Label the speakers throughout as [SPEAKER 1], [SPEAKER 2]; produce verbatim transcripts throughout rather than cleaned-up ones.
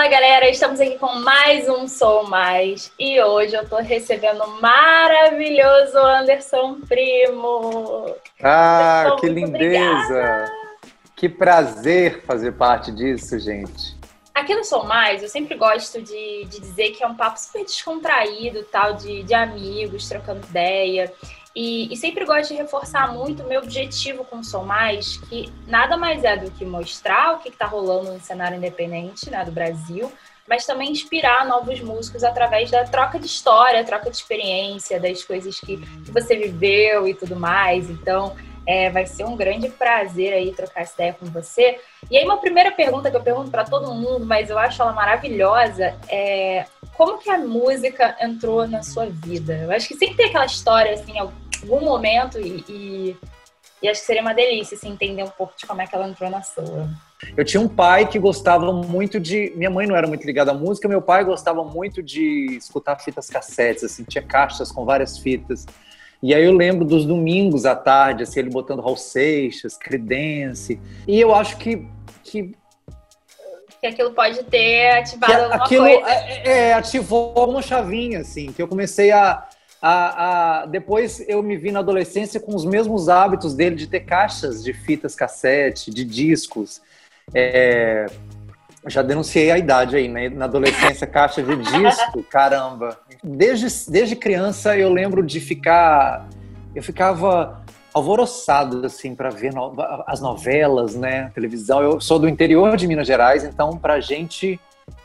[SPEAKER 1] Fala galera, estamos aqui com mais um Sou Mais e hoje eu tô recebendo o maravilhoso Anderson Primo.
[SPEAKER 2] Ah,
[SPEAKER 1] Anderson,
[SPEAKER 2] que lindeza!
[SPEAKER 1] Obrigada.
[SPEAKER 2] Que prazer fazer parte disso, gente.
[SPEAKER 1] Aqui no Sou Mais, eu sempre gosto de, de dizer que é um papo super descontraído, tal, de, de amigos, trocando ideia. E, e sempre gosto de reforçar muito o meu objetivo com o Sou Mais, que nada mais é do que mostrar o que está rolando no cenário independente, né, do Brasil, mas também inspirar novos músicos através da troca de história, troca de experiência, das coisas que, que você viveu e tudo mais. Então, é, vai ser um grande prazer aí trocar essa ideia com você. E aí, uma primeira pergunta que eu pergunto para todo mundo, mas eu acho ela maravilhosa, é como que a música entrou na sua vida? Eu acho que sempre tem aquela história, assim, em algum momento, e, e, e acho que seria uma delícia, assim, entender um pouco de como é que ela entrou na sua.
[SPEAKER 2] Eu tinha um pai que gostava muito de... Minha mãe não era muito ligada à música, meu pai gostava muito de escutar fitas cassetes, assim, tinha caixas com várias fitas. E aí eu lembro dos domingos à tarde, assim, ele botando Raul Seixas, Creedence. E eu acho que... que...
[SPEAKER 1] que aquilo pode ter ativado
[SPEAKER 2] que
[SPEAKER 1] alguma
[SPEAKER 2] aquilo,
[SPEAKER 1] coisa.
[SPEAKER 2] É, é, ativou uma chavinha, assim, que eu comecei a, a, a... Depois eu me vi na adolescência com os mesmos hábitos dele de ter caixas de fitas cassete, de discos. É... Já denunciei a idade aí, né? Na adolescência, caixa de disco, caramba. Desde, desde criança eu lembro de ficar... Eu ficava alvoroçado, assim, para ver no, as novelas, né? Televisão. Eu sou do interior de Minas Gerais, então pra gente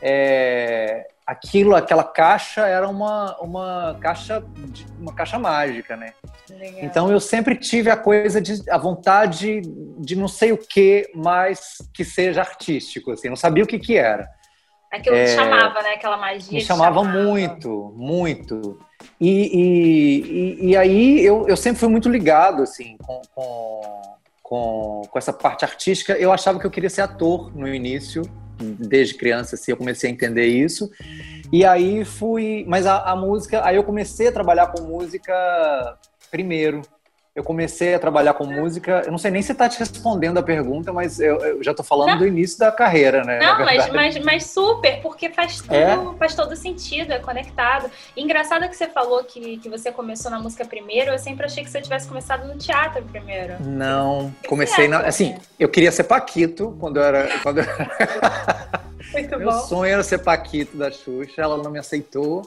[SPEAKER 2] é, aquilo, aquela caixa era uma, uma, caixa, uma caixa mágica, né?
[SPEAKER 1] Legal.
[SPEAKER 2] Então eu sempre tive a coisa de a vontade de não sei o que, mas que seja artístico, assim, não sabia o que que era.
[SPEAKER 1] Aquilo
[SPEAKER 2] é,
[SPEAKER 1] te chamava, né? Aquela magia.
[SPEAKER 2] Me chamava, chamava muito, muito. E, e, e, e aí eu, eu sempre fui muito ligado, assim, com, com, com, com essa parte artística. Eu achava que eu queria ser ator no início, desde criança, assim, eu comecei a entender isso. E aí fui... Mas a, a música... Aí eu comecei a trabalhar com música primeiro. Eu comecei a trabalhar com música... Eu não sei nem se está te respondendo a pergunta, mas eu, eu já estou falando não. do início da carreira, né?
[SPEAKER 1] Não, mas, mas, mas super, porque faz tudo,
[SPEAKER 2] é?
[SPEAKER 1] faz todo sentido, é conectado. E engraçado que você falou que, que você começou na música primeiro, eu sempre achei que você tivesse começado no teatro primeiro.
[SPEAKER 2] Não, comecei... na, assim, eu queria ser Paquito quando eu era... Quando eu...
[SPEAKER 1] Muito
[SPEAKER 2] Meu
[SPEAKER 1] bom.
[SPEAKER 2] sonho era ser Paquito da Xuxa, ela não me aceitou,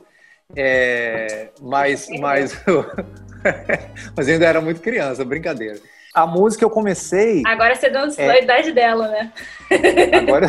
[SPEAKER 2] é, mas, mas, mas eu ainda era muito criança, brincadeira. A música eu comecei...
[SPEAKER 1] Agora você deu é... a idade dela, né?
[SPEAKER 2] Agora...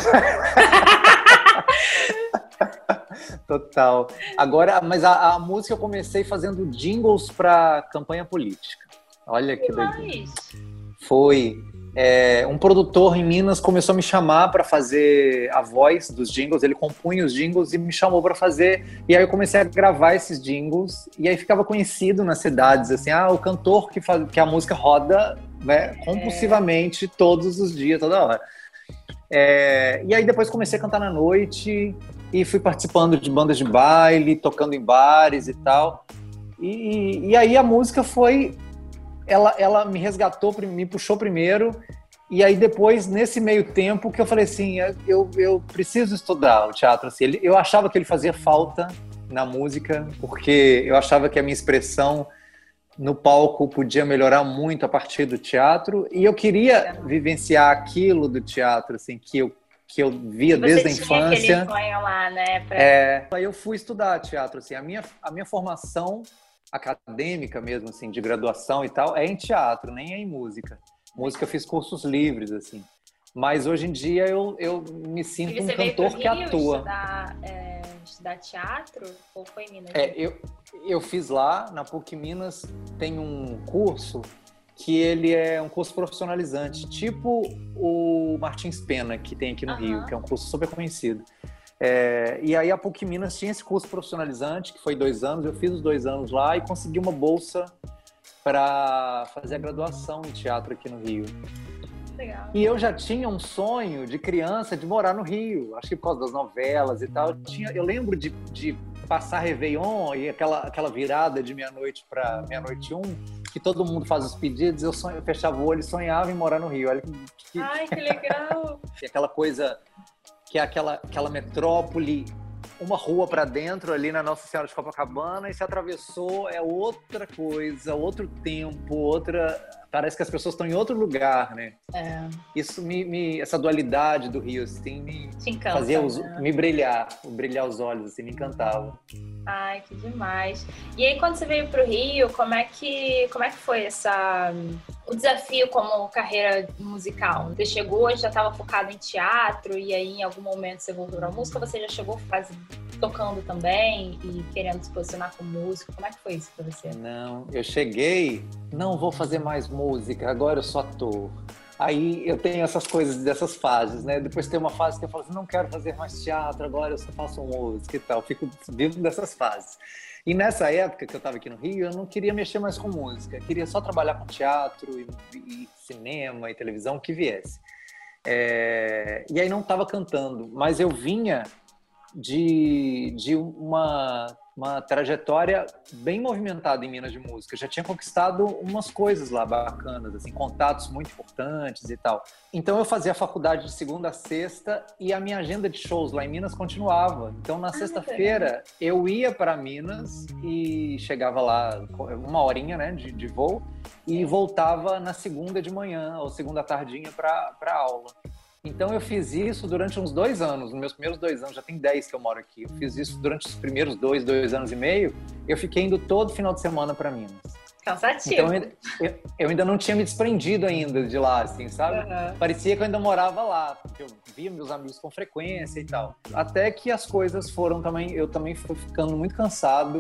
[SPEAKER 2] Total. Agora, mas a, a música eu comecei fazendo jingles para campanha política. Olha que doido. Foi... É, um produtor em Minas começou a me chamar para fazer a voz dos jingles, ele compunha os jingles e me chamou para fazer, e aí eu comecei a gravar esses jingles, e aí ficava conhecido nas cidades, assim, ah, o cantor que, faz, que a música roda, né, compulsivamente todos os dias, toda hora. É, e aí depois comecei a cantar na noite, e fui participando de bandas de baile, tocando em bares e tal, e, e aí a música foi... Ela, ela me resgatou, me puxou primeiro, e aí depois, nesse meio tempo, que eu falei assim, eu, eu preciso estudar o teatro. Assim, ele, eu achava que ele fazia falta na música, porque eu achava que a minha expressão no palco podia melhorar muito a partir do teatro, e eu queria vivenciar aquilo do teatro, assim, que eu, que eu via desde a infância.
[SPEAKER 1] Aquele sonho lá, né? Pra...
[SPEAKER 2] É, aí eu fui estudar teatro. Assim, a, minha, a minha formação... acadêmica mesmo, assim, de graduação e tal, é em teatro, nem é em música. Música eu fiz cursos livres, assim. Mas hoje em dia eu, eu me sinto um cantor que atua.
[SPEAKER 1] Estudar, é, estudar teatro ou foi em Minas?
[SPEAKER 2] É, eu, eu fiz lá, na PUC Minas, tem um curso que ele é um curso profissionalizante, tipo o Martins Pena, que tem aqui no uhum. Rio, que é um curso super conhecido. É, e aí a PUC Minas tinha esse curso profissionalizante, que foi dois anos, eu fiz os dois anos lá e consegui uma bolsa para fazer a graduação em teatro aqui no Rio.
[SPEAKER 1] Legal.
[SPEAKER 2] E eu já tinha um sonho de criança de morar no Rio, acho que por causa das novelas e tal. Eu, tinha, eu lembro de, de passar Réveillon e aquela, aquela virada de meia-noite para meia-noite um, que todo mundo faz os pedidos, eu, sonho, eu fechava o olho e sonhava em morar no Rio. Olha que,
[SPEAKER 1] Ai, que legal!
[SPEAKER 2] Aquela coisa... que é aquela, aquela metrópole, uma rua para dentro ali na Nossa Senhora de Copacabana, e se atravessou, é outra coisa, outro tempo, outra... Parece que as pessoas estão em outro lugar, né?
[SPEAKER 1] É.
[SPEAKER 2] Isso me, me... Essa dualidade do Rio, assim, me
[SPEAKER 1] encanta,
[SPEAKER 2] fazia os,
[SPEAKER 1] né?
[SPEAKER 2] me brilhar, brilhar os olhos, assim, me encantava.
[SPEAKER 1] Ai, que demais. E aí, quando você veio para o Rio, como é que, como é que foi essa... o desafio como carreira musical? Você chegou, já estava focado em teatro, e aí em algum momento você voltou para a música, ou você já chegou fazendo, tocando também e querendo se posicionar como músico? Como é que foi isso para você?
[SPEAKER 2] Não, eu cheguei, não vou fazer mais música, agora eu sou ator. Aí eu tenho essas coisas, dessas fases, né? Depois tem uma fase que eu falo assim, não quero fazer mais teatro, agora eu só faço música e tal. Fico vivo dessas fases. E nessa época que eu estava aqui no Rio, eu não queria mexer mais com música. Eu queria só trabalhar com teatro e, e cinema e televisão, o que viesse. É... E aí não estava cantando, mas eu vinha de, de uma, uma trajetória bem movimentada em Minas de música. Eu já tinha conquistado umas coisas lá bacanas, assim, contatos muito importantes e tal. Então eu fazia a faculdade de segunda a sexta e a minha agenda de shows lá em Minas continuava. Então na ah, sexta-feira eu ia para Minas e chegava lá uma horinha, né, de, de voo e voltava na segunda de manhã ou segunda tardinha para para aula. Então eu fiz isso durante uns dois anos, nos meus primeiros dois anos, já tem dez que eu moro aqui. Eu fiz isso durante os primeiros dois, dois anos e meio. Eu fiquei indo todo final de semana para Minas.
[SPEAKER 1] Cansativo.
[SPEAKER 2] Então eu ainda, eu, eu ainda não tinha me desprendido ainda de lá, assim, sabe? Uhum. Parecia que eu ainda morava lá, porque eu via meus amigos com frequência e tal. Até que as coisas foram também, eu também fui ficando muito cansado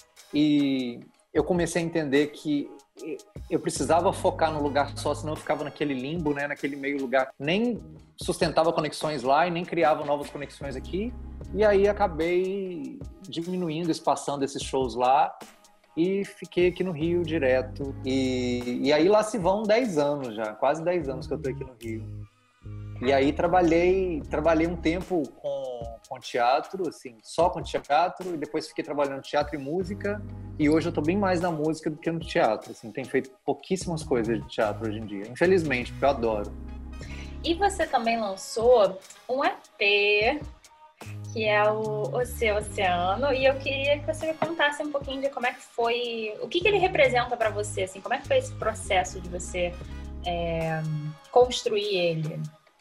[SPEAKER 2] e eu comecei a entender que eu precisava focar no lugar só, senão eu ficava naquele limbo, né, naquele meio lugar. Nem sustentava conexões lá e nem criava novas conexões aqui. E aí acabei diminuindo, espaçando esses shows lá e fiquei aqui no Rio direto. E, e aí lá se vão dez anos já, quase dez anos que eu tô aqui no Rio. E aí trabalhei, trabalhei um tempo com, com teatro, assim, só com teatro, e depois fiquei trabalhando teatro e música, e hoje eu tô bem mais na música do que no teatro, assim, tenho feito pouquíssimas coisas de teatro hoje em dia, infelizmente, porque eu adoro.
[SPEAKER 1] E você também lançou um E P, que é o O Seu Oceano, e eu queria que você me contasse um pouquinho de como é que foi, o que, que ele representa para você, assim, como é que foi esse processo de você é, construir ele?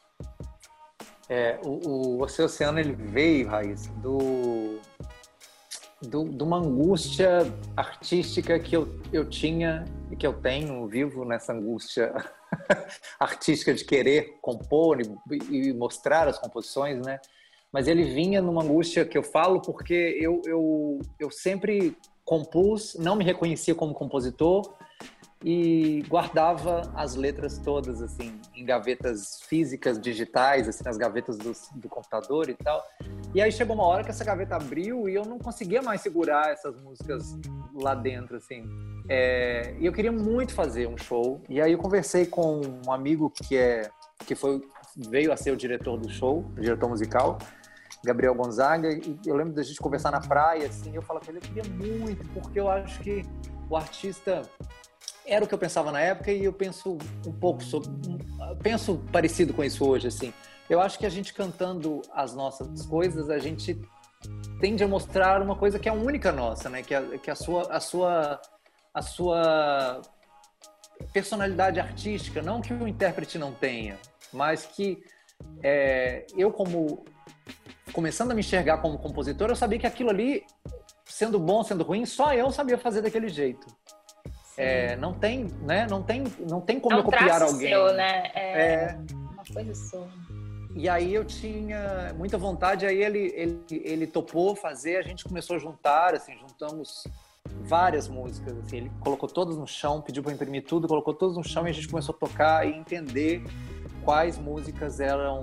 [SPEAKER 2] É, o, o Seu Oceano, ele veio, Raíssa, do, do, de uma angústia artística que eu, eu tinha e que eu tenho, vivo nessa angústia artística de querer compor e, e mostrar as composições, né? Mas ele vinha numa angústia que eu falo porque eu, eu, eu sempre compus, não me reconhecia como compositor, e guardava as letras todas, assim, em gavetas físicas, digitais, assim, nas gavetas do, do computador e tal. E aí chegou uma hora que essa gaveta abriu e eu não conseguia mais segurar essas músicas lá dentro, assim. É, e eu queria muito fazer um show. E aí eu conversei com um amigo que, é, que foi, veio a ser o diretor do show, o diretor musical, Gabriel Gonzaga, e eu lembro da gente conversar na praia, assim, eu falava com ele, eu queria muito, porque eu acho que o artista... Era o que eu pensava na época e eu penso um pouco sobre, penso parecido com isso hoje, assim. Eu acho que a gente cantando as nossas coisas, a gente tende a mostrar uma coisa que é única nossa, né? Que é, que é a sua, a sua, a sua personalidade artística, não que o intérprete não tenha, mas que é, eu como começando a me enxergar como compositor, eu sabia que aquilo ali, sendo bom, sendo ruim, só eu sabia fazer daquele jeito. É, não tem, né? Não tem, não tem como
[SPEAKER 1] é um
[SPEAKER 2] eu copiar
[SPEAKER 1] traço
[SPEAKER 2] alguém.
[SPEAKER 1] Seu, né? É,
[SPEAKER 2] é
[SPEAKER 1] uma coisa sua.
[SPEAKER 2] E aí eu tinha muita vontade, aí ele, ele, ele topou fazer, a gente começou a juntar, assim, juntamos várias músicas, assim, ele colocou todas no chão, pediu para imprimir tudo, colocou todas no chão e a gente começou a tocar e entender quais músicas eram,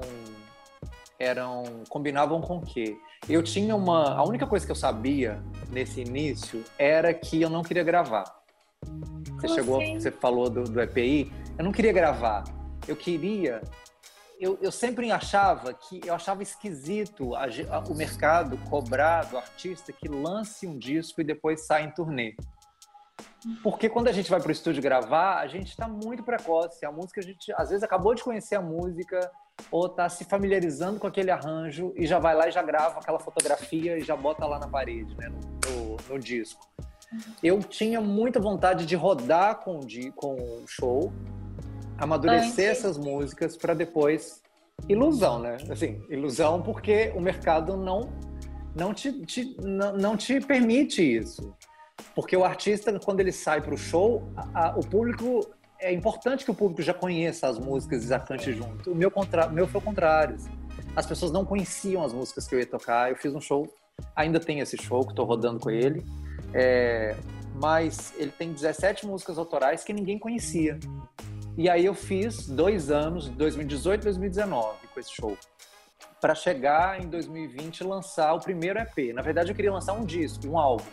[SPEAKER 2] eram combinavam com o quê. Eu tinha uma, a única coisa que eu sabia nesse início era que eu não queria gravar. Você
[SPEAKER 1] Como
[SPEAKER 2] chegou,
[SPEAKER 1] assim?
[SPEAKER 2] Você falou do, do E P I, eu não queria gravar, eu queria, eu, eu sempre achava que, eu achava esquisito a, a, o mercado cobrar do artista que lance um disco e depois sai em turnê. Porque quando a gente vai pro estúdio gravar, a gente está muito precoce, a música, a gente às vezes acabou de conhecer a música, ou tá se familiarizando com aquele arranjo e já vai lá e já grava aquela fotografia e já bota lá na parede, né, no, no, no disco. Eu tinha muita vontade de rodar com, de, com o show, amadurecer Antes. essas músicas para depois... Ilusão, né? Assim, ilusão porque o mercado não, não, te, te, não, não te permite isso. Porque o artista, quando ele sai para o show, a, a, o público... É importante que o público já conheça as músicas e já cante junto. O meu, contra, meu foi o contrário. Assim. As pessoas não conheciam as músicas que eu ia tocar. Eu fiz um show, ainda tem esse show que estou rodando com ele, é, mas ele tem dezessete músicas autorais que ninguém conhecia. E aí eu fiz dois anos, dois mil e dezoito e dois mil e dezenove, com esse show, para chegar em dois mil e vinte e lançar o primeiro E P. Na verdade, eu queria lançar um disco, um álbum,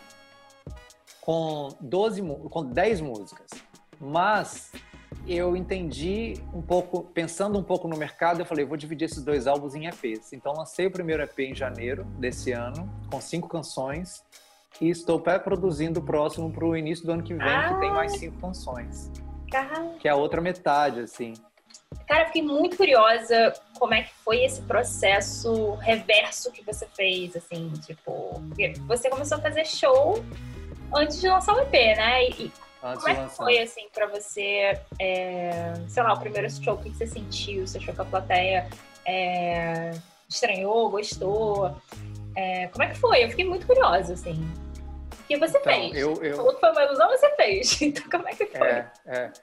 [SPEAKER 2] com, doze, com dez músicas. Mas eu entendi um pouco, pensando um pouco no mercado, eu falei, vou dividir esses dois álbuns em E Ps. Então lancei o primeiro E P em janeiro desse ano, com cinco canções, e estou pré-produzindo o próximo para o início do ano que vem, ah. que tem mais cinco canções. Caramba. Que é a outra metade, assim.
[SPEAKER 1] Cara, eu fiquei muito curiosa como é que foi esse processo reverso que você fez, assim, tipo... Você começou a fazer show antes de lançar o E P, né? E antes como é que foi, assim, pra você, é, sei lá, o primeiro show, o que você sentiu? Você achou que a plateia é, estranhou, gostou? É, como é que foi? Eu fiquei muito curiosa, assim. O que você então, fez?
[SPEAKER 2] Eu, eu...
[SPEAKER 1] Falou que foi uma ilusão, você fez. Então, como é que foi?
[SPEAKER 2] É, é.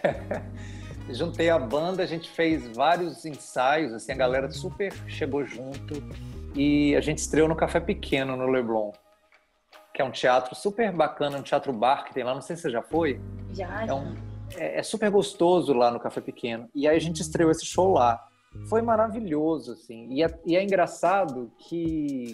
[SPEAKER 2] Juntei a banda, a gente fez vários ensaios, assim, a galera super chegou junto e a gente estreou no Café Pequeno, no Leblon, que é um teatro super bacana, um teatro bar que tem lá, não sei se você já foi.
[SPEAKER 1] Já,
[SPEAKER 2] é,
[SPEAKER 1] já.
[SPEAKER 2] Um, é, é super gostoso lá no Café Pequeno. E aí a gente estreou esse show lá. Foi maravilhoso, assim. E é, e é engraçado que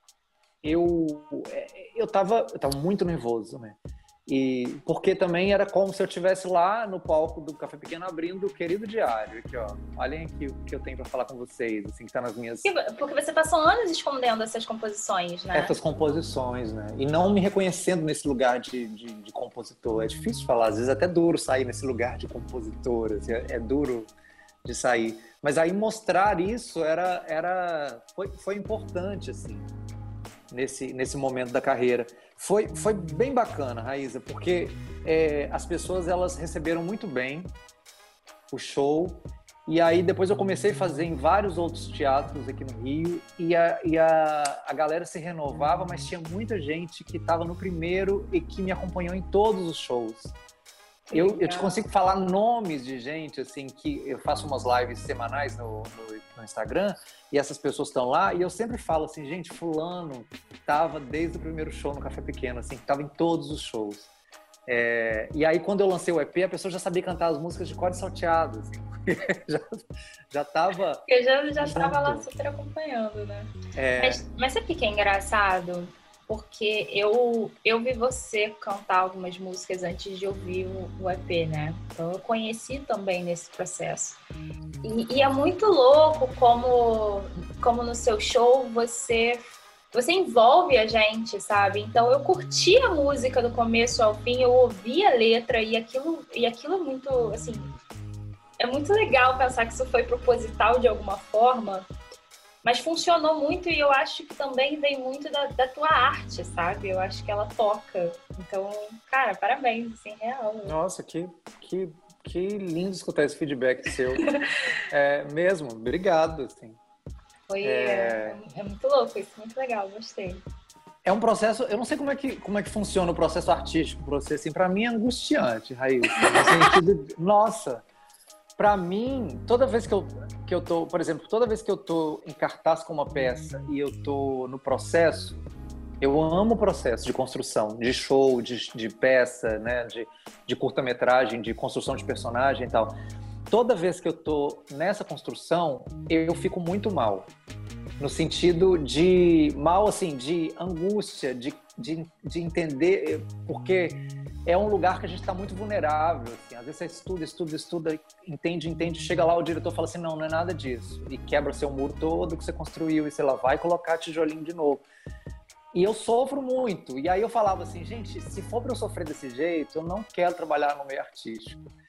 [SPEAKER 2] eu, eu, tava, eu tava muito nervoso, né? E porque também era como se eu estivesse lá no palco do Café Pequeno abrindo o Querido Diário. Aqui, ó. Olhem aqui o que eu tenho para falar com vocês, assim, que tá nas minhas...
[SPEAKER 1] Porque você passou anos escondendo essas composições, né?
[SPEAKER 2] Essas composições, né? E não me reconhecendo nesse lugar de, de, de compositor. É difícil falar, às vezes é até duro sair nesse lugar de compositor, assim, é, é duro de sair. Mas aí mostrar isso era, era, foi, foi importante, assim, nesse, nesse momento da carreira. Foi, foi bem bacana, Raíza, porque é, as pessoas elas receberam muito bem o show. E aí depois eu comecei a fazer em vários outros teatros aqui no Rio. E a, e a, a galera se renovava, mas tinha muita gente que estava no primeiro e que me acompanhou em todos os shows. Eu, eu te consigo falar nomes de gente, assim, que eu faço umas lives semanais no, no, no Instagram, e essas pessoas estão lá, e eu sempre falo assim, gente, fulano tava desde o primeiro show no Café Pequeno, assim, tava em todos os shows. É, e aí, quando eu lancei o E P, a pessoa já sabia cantar as músicas de cor salteado, assim, já, já tava...
[SPEAKER 1] Porque já, já tava lá super acompanhando, né? É... Mas, mas sabe o que é engraçado? Porque eu, eu vi você cantar algumas músicas antes de ouvir o, o E P, né? Então eu conheci também nesse processo. E, e é muito louco como, como no seu show você, você envolve a gente, sabe? Então eu curti a música do começo ao fim, eu ouvi a letra e aquilo, e aquilo é muito, assim... É muito legal pensar que isso foi proposital de alguma forma, mas funcionou muito e eu acho que também vem muito da, da tua arte, sabe? Eu acho que ela toca. Então, cara, parabéns, assim, real.
[SPEAKER 2] Nossa, que, que, que lindo escutar esse feedback seu. É, mesmo, obrigado, assim.
[SPEAKER 1] Foi, é... é muito louco isso, muito legal, gostei.
[SPEAKER 2] É um processo, eu não sei como é que, como é que funciona o processo artístico para você, assim, para mim é angustiante, Raíssa. No sentido de, nossa... Pra mim, toda vez que eu, que eu tô, por exemplo, toda vez que eu tô em cartaz com uma peça e eu tô no processo, eu amo o processo de construção, de show, de, de peça, né, de, de curta-metragem, de construção de personagem e tal. Toda vez que eu tô nessa construção, eu fico muito mal. No sentido de mal, assim, de angústia, de, de, de entender, porque... É um lugar que a gente está muito vulnerável, assim. Às vezes você estuda, estuda, estuda, entende, entende, chega lá o diretor fala assim, não, não é nada disso. E quebra seu muro todo que você construiu e sei lá, vai colocar tijolinho de novo. E eu sofro muito. E aí eu falava assim, gente, se for para eu sofrer desse jeito, eu não quero trabalhar no meio artístico.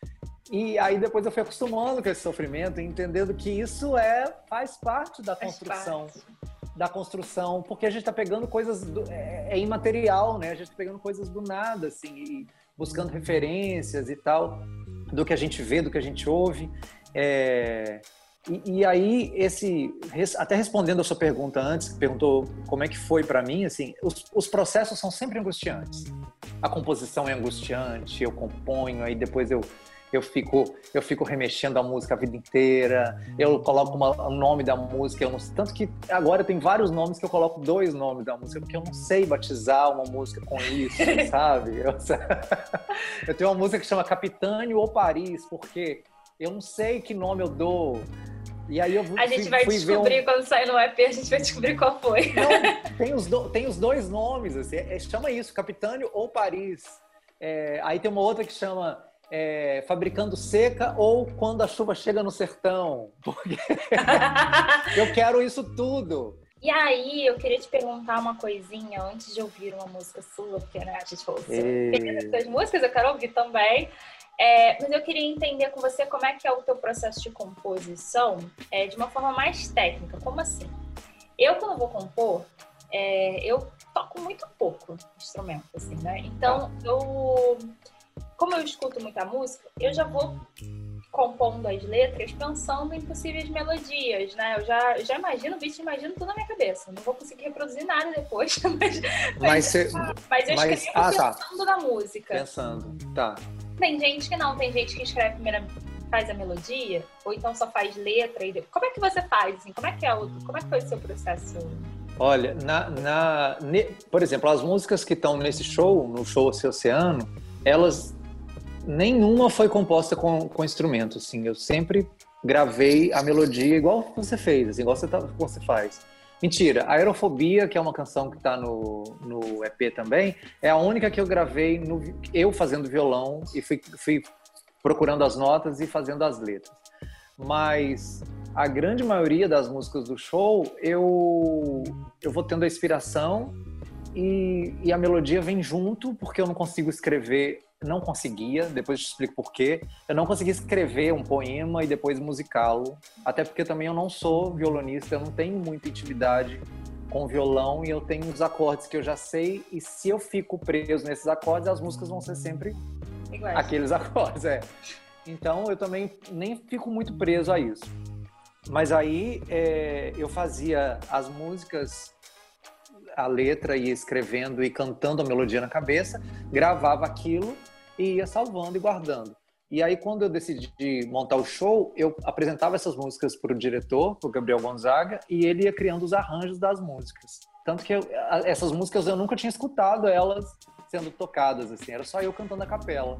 [SPEAKER 2] E aí depois eu fui acostumando com esse sofrimento, entendendo que isso é, faz parte da construção. Faz parte. Da construção, porque a gente está pegando coisas, do, é, é imaterial, né? A gente está pegando coisas do nada, assim, e buscando referências e tal, do que a gente vê, do que a gente ouve. É, e, e aí, esse, até respondendo a sua pergunta antes, que perguntou como é que foi para mim, assim, os, os processos são sempre angustiantes. A composição é angustiante, eu componho, aí depois eu Eu fico, eu fico remexendo a música a vida inteira, eu coloco uma, o nome da música, eu não, tanto que agora tem vários nomes que eu coloco dois nomes da música, porque eu não sei batizar uma música com isso, sabe? Eu, eu tenho uma música que chama Capitânio ou Paris, porque eu não sei que nome eu dou. E aí eu
[SPEAKER 1] a gente fui, vai fui descobrir um... quando sair no E P, a gente vai descobrir qual foi.
[SPEAKER 2] Não, tem, os do, tem os dois nomes, assim, é, chama isso, Capitânio ou Paris. É, aí tem uma outra que chama... É, Fabricando Seca ou Quando a Chuva Chega no Sertão. Porque eu quero isso tudo.
[SPEAKER 1] E aí, eu queria te perguntar uma coisinha antes de ouvir uma música sua, porque né, a gente falou assim, das músicas, eu quero ouvir também. É, mas eu queria entender com você como é que é o teu processo de composição é, de uma forma mais técnica. Como assim? Eu, quando vou compor, é, eu toco muito pouco instrumento, assim, né? Então, eu... Como eu escuto muita música, eu já vou compondo as letras pensando em possíveis melodias, né? Eu já, eu já imagino, bicho, imagino tudo na minha cabeça. Eu não vou conseguir reproduzir nada depois, mas, mas,
[SPEAKER 2] mas, cê,
[SPEAKER 1] mas eu
[SPEAKER 2] mas,
[SPEAKER 1] escrevo
[SPEAKER 2] ah,
[SPEAKER 1] pensando
[SPEAKER 2] tá.
[SPEAKER 1] na música.
[SPEAKER 2] Pensando, tá.
[SPEAKER 1] Tem gente que não, tem gente que escreve primeiro, faz a melodia, ou então só faz letra. E... Como é que você faz, assim? Como é que, é o, como é que foi o seu processo?
[SPEAKER 2] Olha, na, na, ne, por exemplo, as músicas que estão nesse show, no show Oceano, elas... Nenhuma foi composta com, com instrumento, assim. Eu sempre gravei a melodia igual você fez, assim, igual você, tá, você faz. Mentira, a Aerofobia, que é uma canção que está no, no E P também, é a única que eu gravei, no, eu fazendo violão e fui, fui procurando as notas e fazendo as letras. Mas a grande maioria das músicas do show, eu, eu vou tendo a inspiração e, e a melodia vem junto, porque eu não consigo escrever... Não conseguia, depois eu te explico por quê. Eu não conseguia escrever um poema e depois musicá-lo, até porque também eu não sou violonista, eu não tenho muita intimidade com o violão e eu tenho os acordes que eu já sei, e se eu fico preso nesses acordes, as músicas vão ser sempre Iguais. Aqueles acordes, é. Então eu também nem fico muito preso a isso. Mas aí é, eu fazia as músicas, a letra, ia escrevendo e cantando a melodia na cabeça, gravava aquilo e ia salvando e guardando. E aí, quando eu decidi montar o show, eu apresentava essas músicas para o diretor, para o Gabriel Gonzaga, e ele ia criando os arranjos das músicas. Tanto que eu, essas músicas eu nunca tinha escutado elas sendo tocadas, assim, era só eu cantando a capela.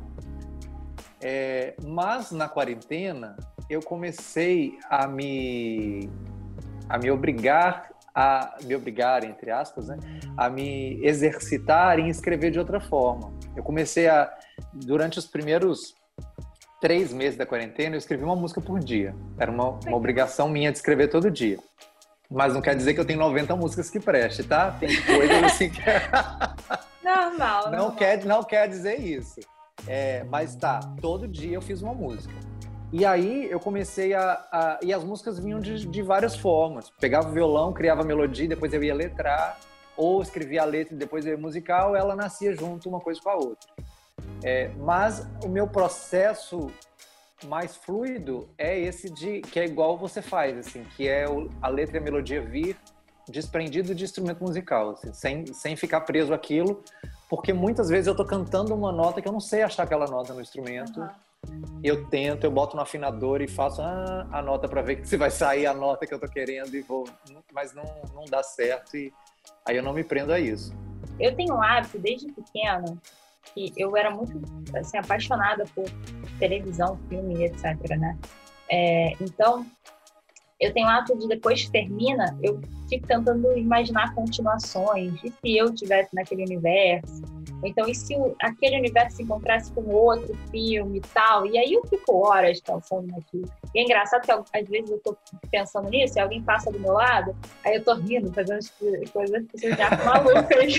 [SPEAKER 2] É, mas, na quarentena, eu comecei a me, a me obrigar a me obrigar, entre aspas, né, a me exercitar em escrever de outra forma. Eu comecei a, durante os primeiros três meses da quarentena, eu escrevi uma música por dia. Era uma, uma obrigação minha de escrever todo dia. Mas não quer dizer que eu tenho noventa músicas que preste, tá? Tem coisas assim que...
[SPEAKER 1] Normal.
[SPEAKER 2] Não,
[SPEAKER 1] normal.
[SPEAKER 2] Quer, não quer dizer isso. É, mas tá, todo dia eu fiz uma música. E aí eu comecei a... a e as músicas vinham de, de várias formas. Pegava o violão, criava a melodia, depois eu ia letrar, ou escrevia a letra e depois eu ia musical, ela nascia junto uma coisa com a outra. É, mas o meu processo mais fluido é esse de... que é igual você faz, assim, que é o, a letra e a melodia vir desprendido de instrumento musical, assim, sem, sem ficar preso àquilo, porque muitas vezes eu tô cantando uma nota que eu não sei achar aquela nota no instrumento. Uhum. Eu tento, eu boto no afinador e faço ah, a nota para ver se vai sair a nota que eu tô querendo e vou, mas não, não dá certo e aí eu não me prendo a isso.
[SPEAKER 1] Eu tenho um hábito desde pequena que eu era muito assim, apaixonada por televisão, filme, etcétera, né? É, então, eu tenho o hábito de depois que termina, eu fico tentando imaginar continuações, e se eu estivesse naquele universo, então, e se o, aquele universo se encontrasse com outro filme e tal, e aí eu fico horas pensando naquilo. E é engraçado que às vezes eu tô pensando nisso, e alguém passa do meu lado, aí eu tô rindo, fazendo as coisas, as pessoas já malucas.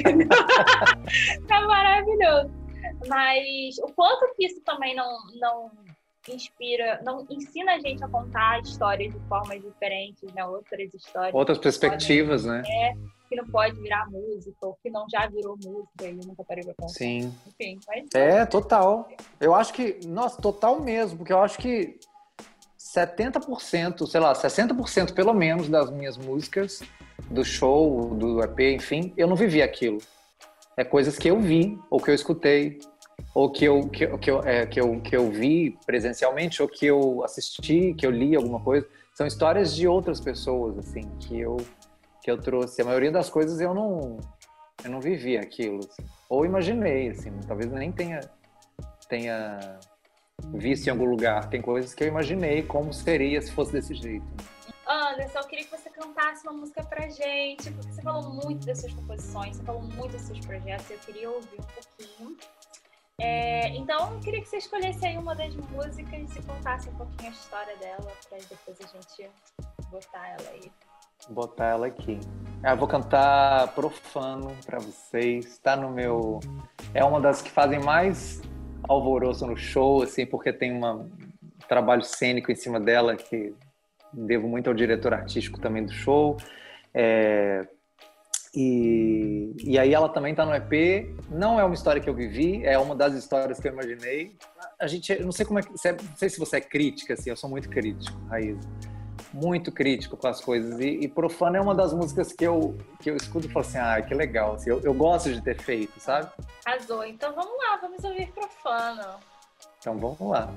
[SPEAKER 1] É maravilhoso. Mas o quanto que isso também não, não, inspira, não ensina a gente a contar histórias de formas diferentes, né? Outras histórias.
[SPEAKER 2] Outras perspectivas, podem, né?
[SPEAKER 1] É, que não pode virar música, ou que não já virou música, e eu nunca parei pra pensar.
[SPEAKER 2] Sim.
[SPEAKER 1] Enfim, mas...
[SPEAKER 2] É, total. Eu acho que, nossa, total mesmo, porque eu acho que setenta por cento, sei lá, sessenta por cento pelo menos das minhas músicas, do show, do E P, enfim, eu não vivi aquilo. É coisas que eu vi, ou que eu escutei, ou que eu, que, que, eu, é, que, eu, que eu vi presencialmente, ou que eu assisti, que eu li alguma coisa. São histórias de outras pessoas, assim, que eu, que eu trouxe. A maioria das coisas eu não, eu não vivi aquilo, assim. Ou imaginei, assim, talvez nem tenha, tenha visto em algum lugar. Tem coisas que eu imaginei como seria se fosse desse jeito.
[SPEAKER 1] Anderson, eu queria que você cantasse uma música pra gente, porque você falou muito das suas composições, você falou muito dos seus projetos, eu queria ouvir um pouquinho. É, então, eu queria que você escolhesse aí uma das músicas e contasse um pouquinho a história dela, pra depois a gente botar ela aí.
[SPEAKER 2] Botar ela aqui. Eu vou cantar Profano pra vocês. Tá no meu... É uma das que fazem mais alvoroço no show, assim, porque tem uma, um trabalho cênico em cima dela que devo muito ao diretor artístico também do show. É... E, e aí ela também tá no E P. Não é uma história que eu vivi, é uma das histórias que eu imaginei. A gente, eu não sei como é que, não sei se você é crítica, assim, eu sou muito crítico, Raíza. Muito crítico com as coisas. E, e Profano é uma das músicas que eu, que eu escuto e falo assim, ah, que legal. Assim, eu, eu gosto de ter feito, sabe?
[SPEAKER 1] Arrasou. Então vamos lá, vamos ouvir Profano.
[SPEAKER 2] Então vamos lá.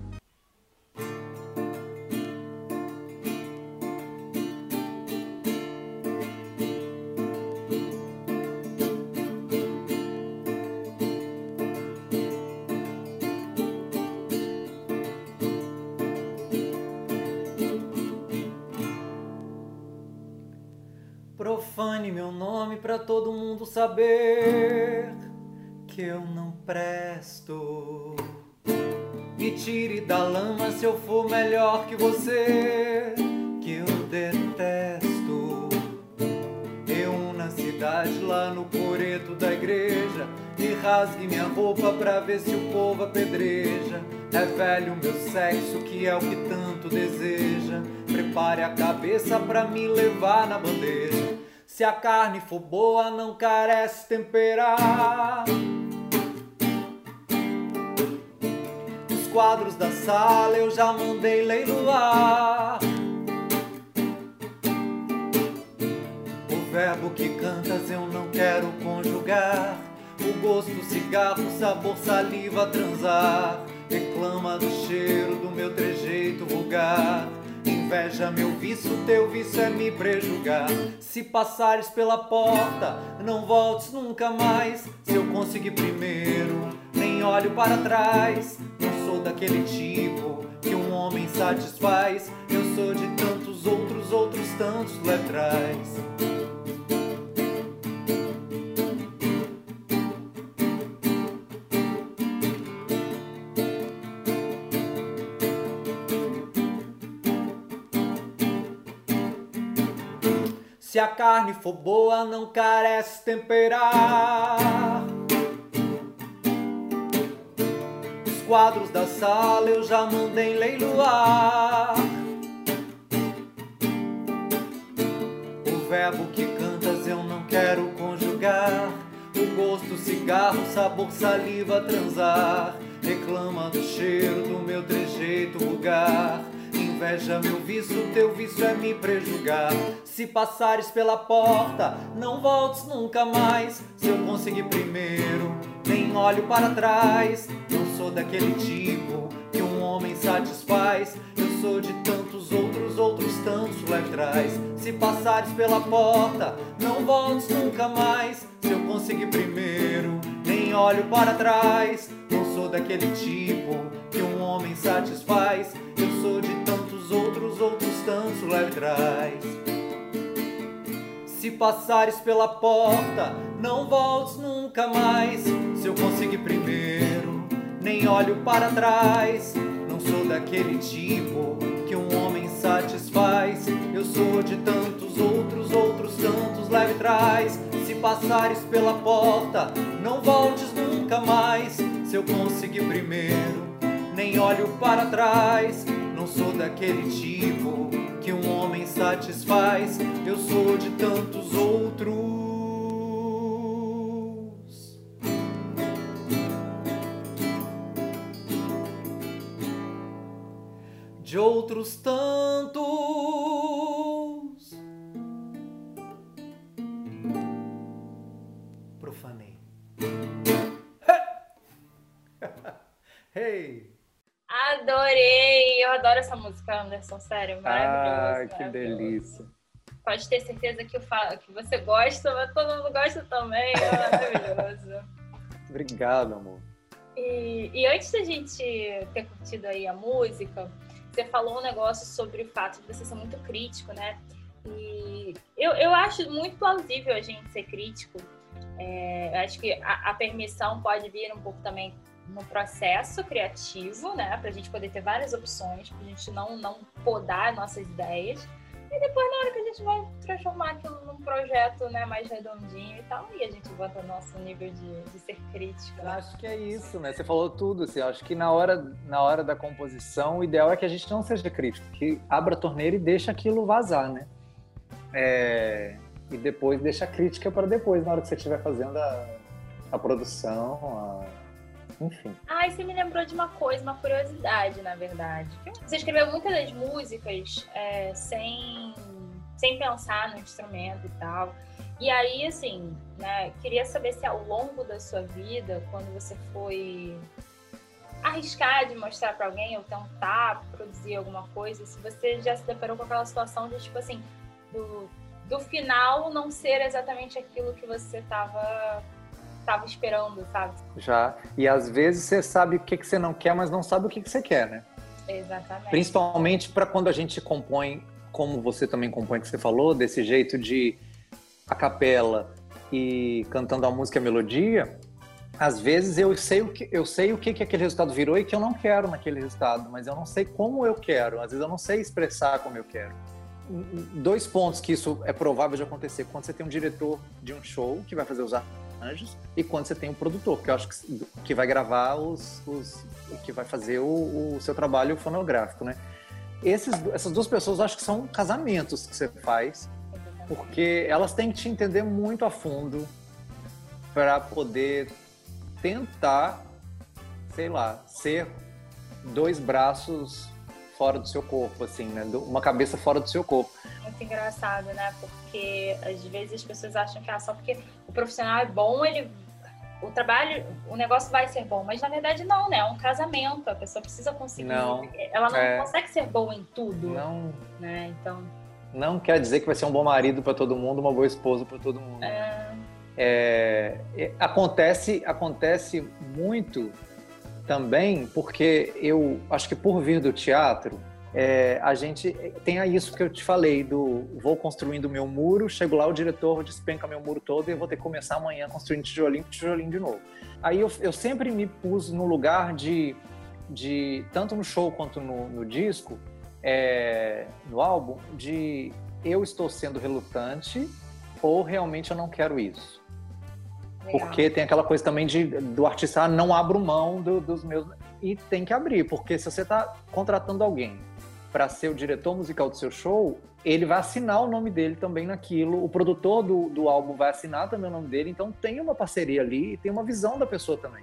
[SPEAKER 3] Profane meu nome pra todo mundo saber que eu não presto. Me tire da lama se eu for melhor que você, que eu detesto. Eu na cidade, lá no coreto da igreja, e rasgue minha roupa pra ver se o povo apedreja. É velho meu sexo, que é o que tanto deseja. Prepare a cabeça pra me levar na bandeja. Se a carne for boa, não carece temperar. Os quadros da sala eu já mandei leiloar. O verbo que cantas eu não quero conjugar. O gosto, cigarro, sabor, saliva, transar. Reclama do cheiro do meu trejeito vulgar. Inveja meu vício, teu vício é me prejugar. Se passares pela porta, não voltes nunca mais. Se eu conseguir primeiro, nem olho para trás. Não sou daquele tipo que um homem satisfaz. Eu sou de tantos outros, outros tantos lá atrás. Se a carne for boa, não carece temperar. Os quadros da sala eu já mandei leiloar. O verbo que cantas eu não quero conjugar. O gosto, cigarro, sabor, saliva, transar. Reclama do cheiro do meu trejeito vulgar. Inveja meu vício, teu vício é me prejugar. Se passares pela porta, não voltes nunca mais. Se eu conseguir primeiro, nem olho para trás. Não sou daquele tipo que um homem satisfaz. Eu sou de tantos outros, outros tantos lá atrás. Se passares pela porta, não voltes nunca mais. Se eu conseguir primeiro, nem olho para trás. Não sou daquele tipo que um homem satisfaz. Eu sou de tantos outros, outros tantos lá atrás. Se passares pela porta, não voltes nunca mais. Se eu conseguir primeiro, nem olho para trás. Não sou daquele tipo que um homem satisfaz. Eu sou de tantos outros, outros tantos lá atrás. Se passares pela porta, não voltes nunca mais. Se eu conseguir primeiro, nem olho para trás. Não sou daquele tipo que um homem satisfaz. Eu sou de tantos outros, de outros tantos. Profanei. Hey!
[SPEAKER 1] Adorei! Eu adoro essa música, Anderson, sério, maravilhosa.
[SPEAKER 2] Ai, que delícia.
[SPEAKER 1] Pode ter certeza que, eu falo, que você gosta, mas todo mundo gosta também, é maravilhoso.
[SPEAKER 2] Obrigado, amor.
[SPEAKER 1] E, e antes da gente ter curtido aí a música, você falou um negócio sobre o fato de você ser muito crítico, né? E eu, eu acho muito plausível a gente ser crítico. É, eu acho que a, a permissão pode vir um pouco também no processo criativo, né? Pra gente poder ter várias opções, pra gente não, não podar nossas ideias. E depois, na hora que a gente vai transformar aquilo num projeto, né, mais redondinho e tal, e a gente volta ao nosso nível de, de ser crítico.
[SPEAKER 2] Eu acho que é isso, né? Você falou tudo, assim. Eu acho que na hora, na hora da composição, o ideal é que a gente não seja crítico, que abra a torneira e deixa aquilo vazar, né? É... E depois deixa a crítica para depois, na hora que você estiver fazendo a, a produção, a... enfim.
[SPEAKER 1] Ah, e você me lembrou de uma coisa, uma curiosidade, na verdade. Você escreveu muitas das músicas é, sem, sem pensar no instrumento e tal. E aí, assim, né, queria saber se ao longo da sua vida, quando você foi arriscar de mostrar para alguém ou tentar produzir alguma coisa, se você já se deparou com aquela situação de, tipo assim, do, do final não ser exatamente aquilo que você estava... tava esperando, sabe?
[SPEAKER 2] Já. E às vezes você sabe o que, que você não quer, mas não sabe o que, que você quer, né?
[SPEAKER 1] Exatamente.
[SPEAKER 2] Principalmente para quando a gente compõe, como você também compõe, que você falou, desse jeito de a capela e cantando a música e a melodia, às vezes eu sei o que, eu sei o que, que aquele resultado virou e que eu não quero naquele resultado, mas eu não sei como eu quero. Às vezes eu não sei expressar como eu quero. Dois pontos que isso é provável de acontecer. Quando você tem um diretor de um show que vai fazer os arranjos e quando você tem um produtor, que eu acho que, que vai gravar os, os... que vai fazer o, o seu trabalho fonográfico, né? Esses, essas duas pessoas, eu acho que são casamentos que você faz, porque elas têm que te entender muito a fundo para poder tentar, sei lá, ser dois braços fora do seu corpo, assim, né? Uma cabeça fora do seu corpo.
[SPEAKER 1] Muito engraçado, né? Porque às vezes as pessoas acham que ah, só porque o profissional é bom, ele, o trabalho, o negócio vai ser bom. Mas na verdade não, né? É um casamento. A pessoa precisa conseguir.
[SPEAKER 2] Não,
[SPEAKER 1] ela não
[SPEAKER 2] é...
[SPEAKER 1] consegue ser boa em tudo.
[SPEAKER 2] Não.
[SPEAKER 1] Né? Então.
[SPEAKER 2] Não quer dizer que vai ser um bom marido para todo mundo, uma boa esposa para todo mundo.
[SPEAKER 1] É...
[SPEAKER 2] É... É... Acontece, acontece muito também, porque eu acho que por vir do teatro, é, a gente tem isso que eu te falei, do vou construindo meu muro, chego lá, o diretor despenca meu muro todo e eu vou ter que começar amanhã construindo tijolinho, tijolinho de novo. Aí eu, eu sempre me pus no lugar de, de tanto no show quanto no, no disco, é, no álbum, de eu estou sendo relutante ou realmente eu não quero isso. Legal. Porque tem aquela coisa também de, do artista, ah, não abro mão do, dos meus... E tem que abrir, porque se você está contratando alguém para ser o diretor musical do seu show, ele vai assinar o nome dele também naquilo, o produtor do, do álbum vai assinar também o nome dele, então tem uma parceria ali e tem uma visão da pessoa também.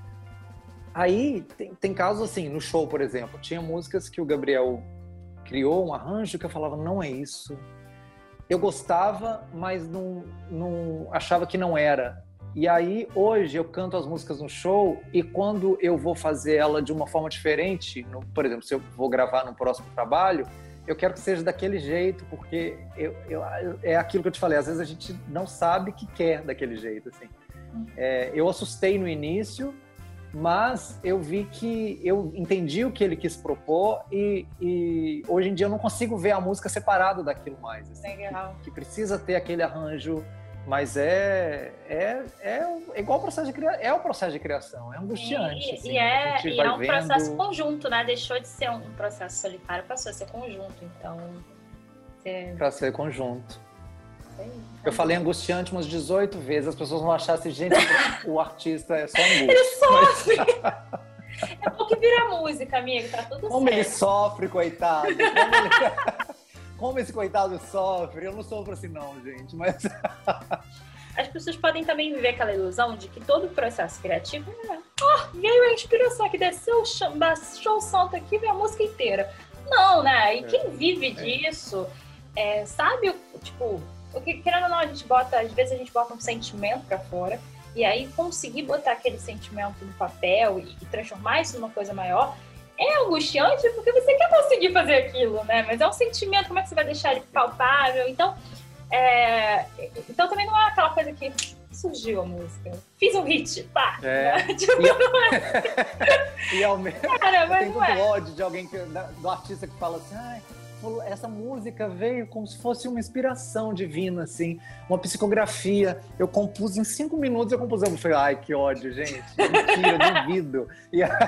[SPEAKER 2] Aí tem, tem casos assim, no show, por exemplo, tinha músicas que o Gabriel criou, um arranjo que eu falava, não é isso. Eu gostava, mas não, não achava que não era. E aí, hoje, eu canto as músicas no show e quando eu vou fazer ela de uma forma diferente, no, por exemplo, se eu vou gravar no próximo trabalho, eu quero que seja daquele jeito, porque eu, eu, é aquilo que eu te falei, às vezes a gente não sabe que quer daquele jeito, assim. É, eu assustei no início, mas eu vi que eu entendi o que ele quis propor e, e hoje em dia eu não consigo ver a música separada daquilo mais. Assim,
[SPEAKER 1] Legal.
[SPEAKER 2] Que, que precisa ter aquele arranjo. Mas é, é, é igual o processo de criação, é o processo de criação, é angustiante.
[SPEAKER 1] E,
[SPEAKER 2] assim,
[SPEAKER 1] e é, e é um
[SPEAKER 2] vendo...
[SPEAKER 1] processo conjunto, né? Deixou de ser um processo solitário, passou a ser conjunto, então... Você...
[SPEAKER 2] Para ser conjunto.
[SPEAKER 1] Sim,
[SPEAKER 2] eu falei angustiante umas dezoito vezes, as pessoas vão achar assim, gente, o artista é só angústia.
[SPEAKER 1] Ele sofre!
[SPEAKER 2] Mas...
[SPEAKER 1] É porque vira música, amigo, tá tudo
[SPEAKER 2] Como
[SPEAKER 1] certo.
[SPEAKER 2] ele sofre, coitado. Como, ele... Como esse coitado sofre. Eu não sofro assim não, gente, mas...
[SPEAKER 1] As pessoas podem também viver aquela ilusão de que todo o processo criativo é, oh, veio a inspiração que desceu, baixou o santo aqui, veio a música inteira. Não, né? E quem vive disso, é, sabe, tipo, o que, querendo ou não, a gente bota, às vezes a gente bota um sentimento pra fora, e aí conseguir botar aquele sentimento no papel e, e transformar isso numa coisa maior é angustiante porque você quer conseguir fazer aquilo, né? Mas é um sentimento, como é que você vai deixar ele palpável? Então, é, então também não é aquela coisa que surgiu a música, fiz um hit, pá!
[SPEAKER 2] É.
[SPEAKER 1] Né? Tipo,
[SPEAKER 2] e, não é. E ao mesmo
[SPEAKER 1] Cara, mas
[SPEAKER 2] tem
[SPEAKER 1] não é.
[SPEAKER 2] todo ódio de alguém, que, do artista que fala assim, ai, essa música veio como se fosse uma inspiração divina, assim, uma psicografia. Eu compus em cinco minutos, eu compus. Eu falei, ai, que ódio, gente. Mentira, duvido. E aí,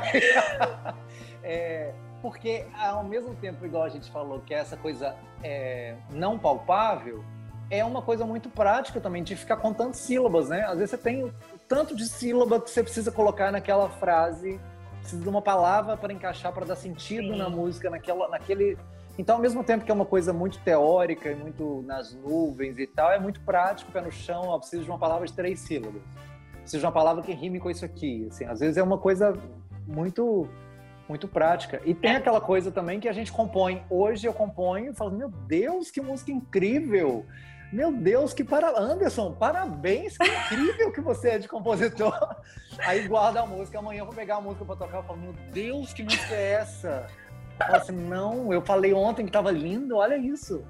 [SPEAKER 2] é, porque ao mesmo tempo, igual a gente falou, que essa coisa é, não palpável, é uma coisa muito prática também, de ficar contando sílabas, né? Às vezes você tem o tanto de sílaba que você precisa colocar naquela frase, precisa de uma palavra para encaixar, para dar sentido Sim. na música, naquela, naquele... Então, ao mesmo tempo que é uma coisa muito teórica e muito nas nuvens e tal, é muito prático, pé no chão, ó, precisa de uma palavra de três sílabas. Precisa de uma palavra que rime com isso aqui. Assim, às vezes é uma coisa muito, muito prática. E tem aquela coisa também que a gente compõe. Hoje eu componho e falo, meu Deus, que música incrível! Meu Deus, que para... Anderson, parabéns, que incrível que você é de compositor. Aí guarda a música, amanhã eu vou pegar a música para tocar e falo, meu Deus, que música é essa? Fala assim, não, eu falei ontem que tava lindo, olha isso.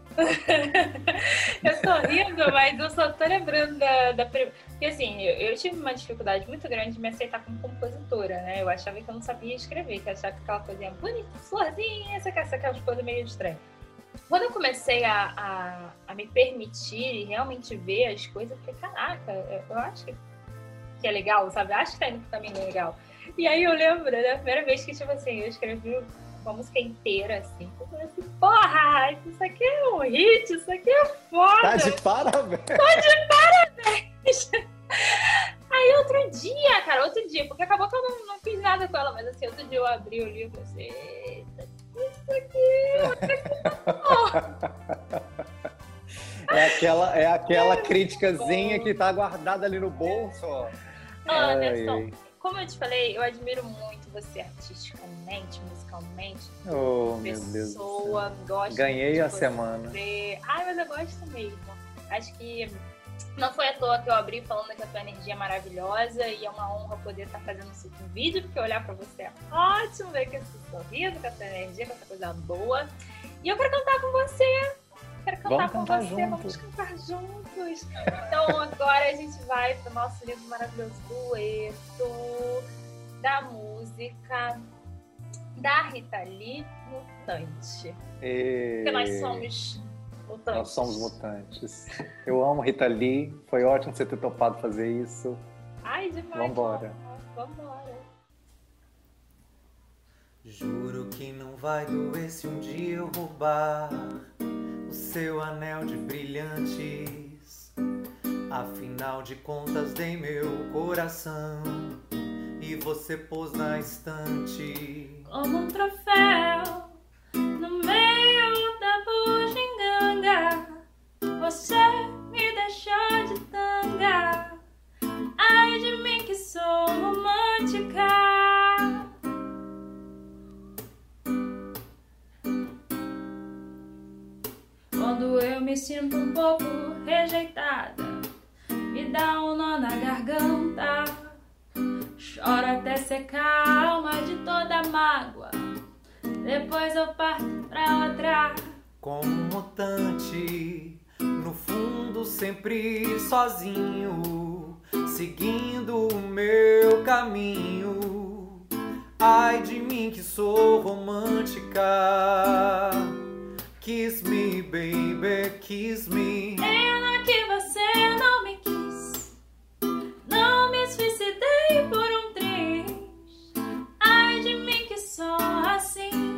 [SPEAKER 1] Eu tô rindo, mas eu só tô lembrando da... da... Porque assim, eu, eu tive uma dificuldade muito grande de me aceitar como compositora, né? Eu achava que eu não sabia escrever, que eu achava que aquela coisinha bonita, florzinha, essa, essa, aquelas coisas meio estranhas. Quando eu comecei a, a, a me permitir e realmente ver as coisas, eu falei, caraca, eu, eu acho que, que é legal, sabe? Eu acho que tá indo pro caminho legal. E aí eu lembro da primeira vez que, tipo assim, eu escrevi uma música inteira, assim, eu falei assim, porra, isso aqui é um hit, isso aqui é foda.
[SPEAKER 2] Tá de parabéns.
[SPEAKER 1] Tá de parabéns. Aí outro dia, cara, outro dia, porque acabou que eu não, não fiz nada com ela, mas assim, outro dia eu abri o livro e falei assim, eita, isso aqui,
[SPEAKER 2] é aquela, é aquela criticazinha que tá guardada ali no bolso, ó.
[SPEAKER 1] Anderson, como eu te falei, eu admiro muito você artisticamente, musicalmente.
[SPEAKER 2] Oh,
[SPEAKER 1] pessoa,
[SPEAKER 2] meu Deus.
[SPEAKER 1] Gosto
[SPEAKER 2] Ganhei a
[SPEAKER 1] você.
[SPEAKER 2] semana.
[SPEAKER 1] Ai, mas eu gosto mesmo. Acho que não foi à toa que eu abri falando que a tua energia é maravilhosa e é uma honra poder estar fazendo isso com vídeo, porque olhar pra você é ótimo, ver com esse sorriso, com essa energia, com essa coisa boa. E eu quero cantar com você. Quero cantar
[SPEAKER 2] vamos
[SPEAKER 1] com
[SPEAKER 2] cantar
[SPEAKER 1] você,
[SPEAKER 2] junto.
[SPEAKER 1] vamos cantar juntos. Então agora a gente vai pro nosso lindo maravilhoso dueto da música da Rita Lee, Mutante.
[SPEAKER 2] E...
[SPEAKER 1] Porque nós somos mutantes.
[SPEAKER 2] Nós somos mutantes. Eu amo Rita Lee, foi ótimo você ter topado fazer isso.
[SPEAKER 1] Ai, demais.
[SPEAKER 2] Vambora.
[SPEAKER 1] Vambora.
[SPEAKER 3] Juro que não vai doer se um dia eu roubar o seu anel de brilhantes. Afinal de contas dei meu coração e você pôs na estante
[SPEAKER 1] como um troféu no meio da bugiganga. Você me deixou de tanga. Ai de mim que sou romântica. Quando eu me sinto um pouco rejeitada, me dá um nó na garganta. Choro até secar a alma de toda mágoa. Depois eu parto pra outra.
[SPEAKER 3] como um mutante, no fundo sempre sozinho, seguindo o meu caminho. Ai de mim que sou romântica. Kiss me, baby, kiss me.
[SPEAKER 1] Pena que você não me quis. Não me suicidei por um triz. Ai de mim que sou assim.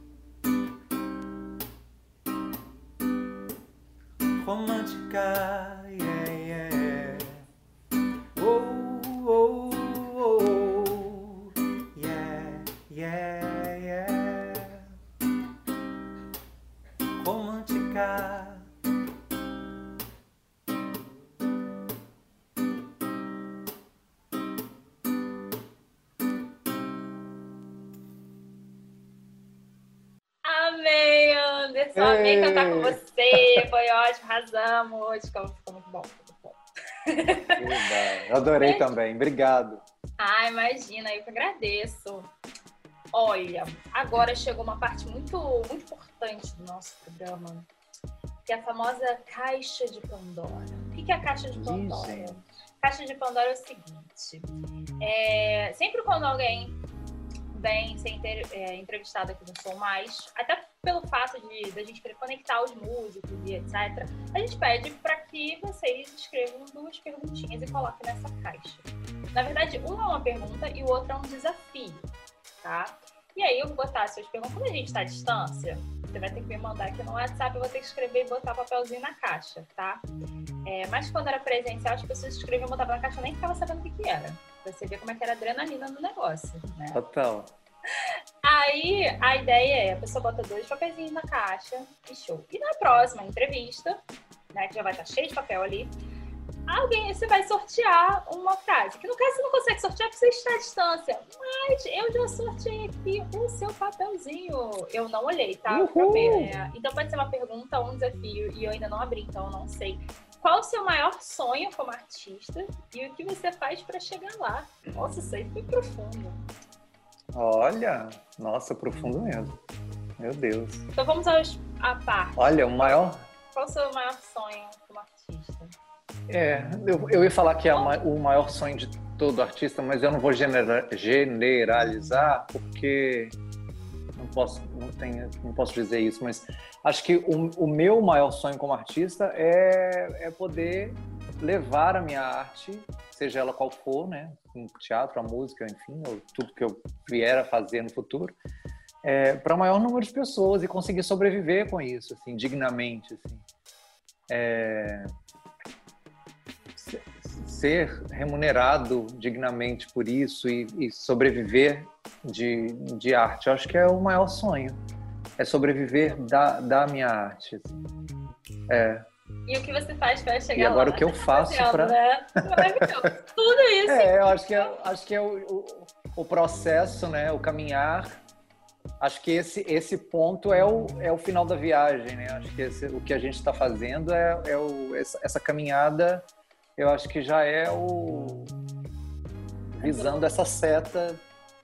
[SPEAKER 3] Romântica, yeah, yeah. Oh, oh, oh, yeah.
[SPEAKER 1] Anderson. Amei cantar com você. Foi ótimo, arrasamos. Ficou, ficou muito bom. Muito bom.
[SPEAKER 2] Eu adorei também. Obrigado.
[SPEAKER 1] Ah, imagina, eu que agradeço. Olha, agora chegou uma parte muito, muito importante do nosso programa, que é a famosa Caixa de Pandora. O que é a Caixa de Pandora? Sim, Caixa de Pandora é o seguinte, é, sempre quando alguém vem ser inter, é, entrevistado aqui no Som Mais, até pelo fato de, de a gente querer conectar os músicos e etcétera, a gente pede para que vocês escrevam duas perguntinhas e coloquem nessa caixa. Na verdade, uma é uma pergunta e o outro é um desafio, tá? E aí eu vou botar as suas perguntas. Quando a gente está à distância, você vai ter que me mandar aqui no WhatsApp, eu vou ter que escrever e botar papelzinho na caixa, tá? É, mas quando era presencial, as pessoas escreviam e botavam na caixa, eu nem ficava sabendo o que que era. Pra você ver como é que era a adrenalina no negócio, né?
[SPEAKER 2] Total.
[SPEAKER 1] Aí, a ideia é, a pessoa bota dois papeizinhos na caixa e show. E na próxima entrevista, né, que já vai estar cheio de papel ali, alguém, você vai sortear uma frase. Que no caso você não consegue sortear porque você está à distância. Mas eu já sorteei aqui o seu papelzinho. Eu não olhei, tá? Pra ver, né? Então pode ser uma pergunta ou um desafio. E eu ainda não abri, então eu não sei. Qual o seu maior sonho como artista? E o que você faz para chegar lá? Nossa, isso aí foi profundo.
[SPEAKER 2] Olha, nossa, profundo mesmo. Meu Deus.
[SPEAKER 1] Então vamos aos, à parte.
[SPEAKER 2] Olha, o maior...
[SPEAKER 1] Qual o seu maior sonho como artista?
[SPEAKER 2] É, eu, eu ia falar que é o maior sonho de todo artista, mas eu não vou genera, generalizar, porque não posso, não, tenho, não posso dizer isso, mas acho que o, o meu maior sonho como artista é, é poder levar a minha arte, seja ela qual for, né, o teatro, a música, enfim, ou tudo que eu vier a fazer no futuro, é, para o maior número de pessoas e conseguir sobreviver com isso, assim, dignamente, assim. É... ser remunerado dignamente por isso e, e sobreviver de, de arte, eu acho que é o maior sonho, é sobreviver da, da minha arte, assim. É.
[SPEAKER 1] E o que você faz para chegar lá?
[SPEAKER 2] E agora lá? O que eu faço para...
[SPEAKER 1] Né? Tudo isso.
[SPEAKER 2] É, eu acho que é, acho que é o, o, o processo, né? O caminhar. Acho que esse, esse ponto é o, é o final da viagem, né? Acho que esse, o que a gente está fazendo é, é o, essa, essa caminhada, eu acho que já é o... visando essa seta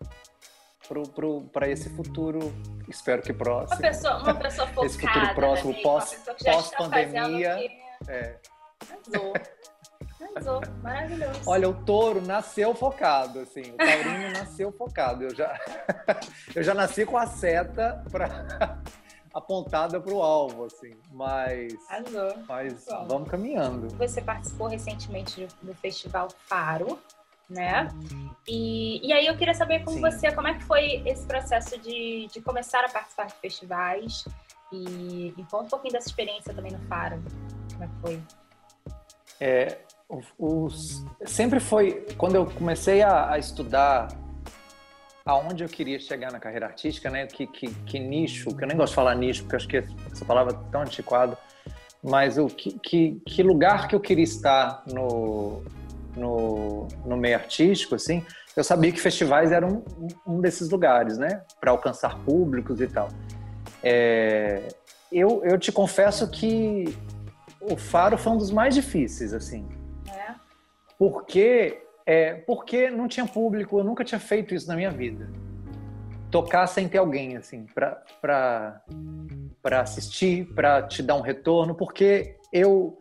[SPEAKER 2] para esse futuro, espero que próximo.
[SPEAKER 1] Uma pessoa, uma pessoa focada.
[SPEAKER 2] Esse futuro próximo, né? pós, pós-pandemia.
[SPEAKER 1] Que... É. Arrasou. Arrasou. Maravilhoso.
[SPEAKER 2] Olha, o touro nasceu focado, assim. O taurino nasceu focado. Eu já, eu já nasci com a seta pra... apontada para o alvo, assim. Mas,
[SPEAKER 1] Arrasou.
[SPEAKER 2] mas vamos caminhando.
[SPEAKER 1] Você participou recentemente do Festival Faro, né? E, e aí eu queria saber com Sim. você como é que foi esse processo de, de começar a participar de festivais e, e conta um pouquinho dessa experiência também no Faro. Como é que foi?
[SPEAKER 2] É, os, sempre foi, quando eu comecei a, a estudar aonde eu queria chegar na carreira artística, né? Que, que, que nicho, que eu nem gosto de falar nicho, porque eu acho que essa palavra é tão antiquada, mas o que, que, que lugar que eu queria estar no... No, no meio artístico, assim, eu sabia que festivais eram um, um desses lugares, né, para alcançar públicos e tal. É, eu, eu te confesso que o Faro foi um dos mais difíceis, assim,
[SPEAKER 1] é?
[SPEAKER 2] porque, é, porque não tinha público, eu nunca tinha feito isso na minha vida. Tocar sem ter alguém, assim, para para para assistir, para te dar um retorno, porque eu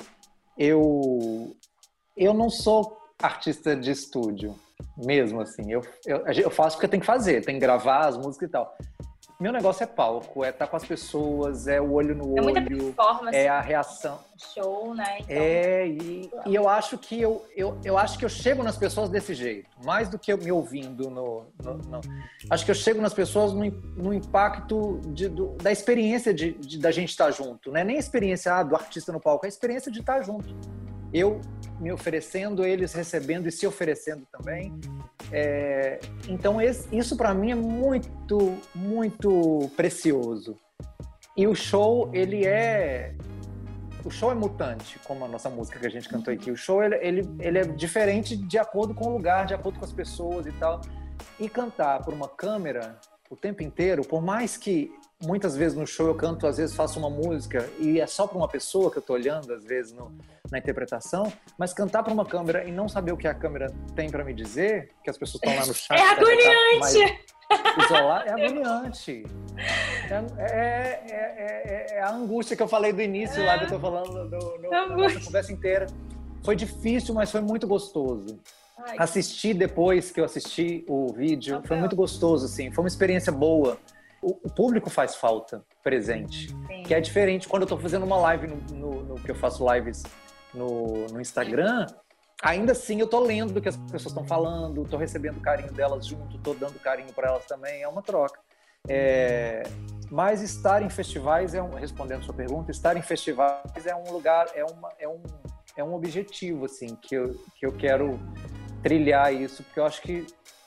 [SPEAKER 2] eu eu não sou artista de estúdio, mesmo assim. Eu, eu, eu faço porque tem que fazer, tem que gravar as músicas e tal. Meu negócio é palco, é estar com as pessoas, é o olho no
[SPEAKER 1] é
[SPEAKER 2] olho,
[SPEAKER 1] muita performance,
[SPEAKER 2] é a reação.
[SPEAKER 1] Show, né? Então...
[SPEAKER 2] É, e, e eu acho que eu, eu, eu acho que eu chego nas pessoas desse jeito, mais do que eu me ouvindo no, no, no... Acho que eu chego nas pessoas no, no impacto de, do, da experiência de, de, da gente estar junto, não é nem a experiência ah, do artista no palco, é a experiência de estar junto. Eu me oferecendo, eles recebendo e se oferecendo também. É, então esse, isso para mim é muito, muito precioso. E o show, ele é... O show é mutante, como a nossa música que a gente cantou aqui. O show, ele, ele, ele é diferente de acordo com o lugar, de acordo com as pessoas e tal. E cantar por uma câmera o tempo inteiro, por mais que muitas vezes no show eu canto, às vezes faço uma música e é só para uma pessoa que eu tô olhando, às vezes no, na interpretação, mas cantar para uma câmera e não saber o que a câmera tem para me dizer, que as pessoas estão lá no chat.
[SPEAKER 1] É agoniante!
[SPEAKER 2] Isolar, é agoniante. É, é, é, é, é a angústia que eu falei do início, é. lá que eu tô falando do, do, da nossa conversa inteira. Foi difícil, mas foi muito gostoso. Ai, assistir depois que eu assisti o vídeo, não, foi muito gostoso, assim. Foi uma experiência boa. O, o público faz falta presente, sim. que é diferente. Quando eu tô fazendo uma live, no, no, no que eu faço lives no, no Instagram, ainda assim eu tô lendo do que as pessoas estão falando, tô recebendo carinho delas junto, tô dando carinho para elas também, é uma troca. É, mas estar em festivais, é um, respondendo a sua pergunta, estar em festivais é um lugar, é, uma, é, um, é um objetivo, assim, que eu, que eu quero trilhar isso, porque eu acho que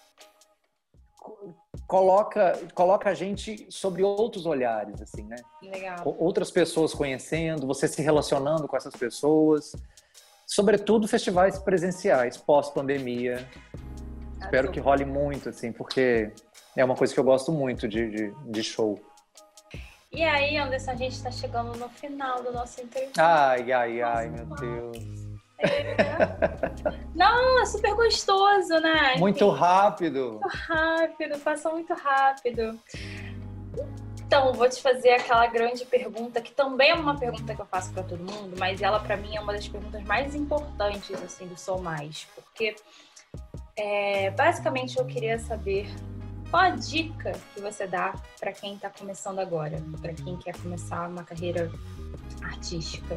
[SPEAKER 2] coloca, coloca a gente sobre outros olhares, assim, né?
[SPEAKER 1] Legal.
[SPEAKER 2] Outras pessoas conhecendo, você se relacionando com essas pessoas, sobretudo festivais presenciais, pós-pandemia. Ah, Espero tô. que role muito, assim, porque é uma coisa que eu gosto muito de, de, de show.
[SPEAKER 1] E aí, Anderson, a gente está chegando no final do nosso entrevista.
[SPEAKER 2] Ai, ai, ai, meu Deus.
[SPEAKER 1] É. Não, é super gostoso, né?
[SPEAKER 2] Muito Enfim, rápido.
[SPEAKER 1] Muito rápido, passou muito rápido. Então, vou te fazer aquela grande pergunta, que também é uma pergunta que eu faço para todo mundo, mas ela, para mim, é uma das perguntas mais importantes, assim, do Sou Mais. Porque, é, basicamente, eu queria saber qual a dica que você dá para quem está começando agora, para quem quer começar uma carreira artística.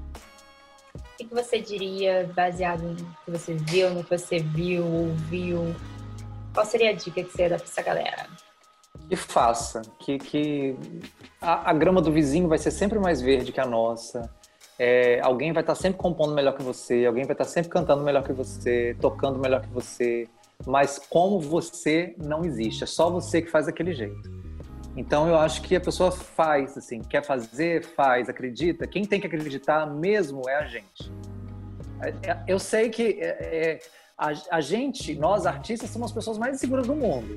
[SPEAKER 1] O que você diria, baseado no que você viu, no que você viu, ouviu? Qual seria a dica que você ia dar para essa galera?
[SPEAKER 2] Que faça, que, que a, a grama do vizinho vai ser sempre mais verde que a nossa. É, alguém vai estar sempre compondo melhor que você, alguém vai estar sempre cantando melhor que você, tocando melhor que você, mas como você não existe, é só você que faz daquele jeito. Então eu acho que a pessoa faz, assim, quer fazer, faz, acredita. Quem tem que acreditar mesmo é a gente. Eu sei que é, é, a, a gente, nós artistas, somos as pessoas mais inseguras do mundo.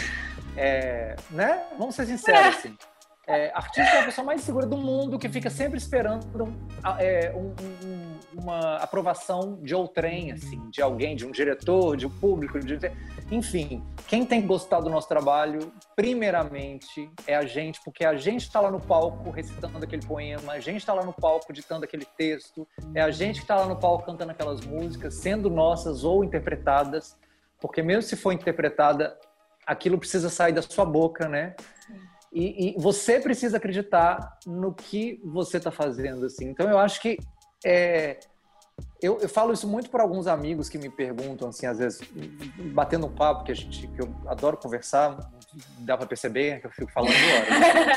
[SPEAKER 2] É, né? Vamos ser sinceros, assim. É, artista é a pessoa mais insegura do mundo, que fica sempre esperando é, um, um, uma aprovação de outrem, assim, de alguém, de um diretor, de um público, de... enfim. Quem tem que gostar do nosso trabalho, primeiramente, é a gente, porque a gente está lá no palco recitando aquele poema, a gente está lá no palco ditando aquele texto, é a gente que está lá no palco cantando aquelas músicas, sendo nossas ou interpretadas, porque mesmo se for interpretada, aquilo precisa sair da sua boca, né? E, e você precisa acreditar no que você está fazendo, assim. Então, eu acho que... É, eu, eu falo isso muito para alguns amigos que me perguntam, assim, às vezes, batendo um papo, que, a gente, que eu adoro conversar, dá para perceber que eu fico falando agora.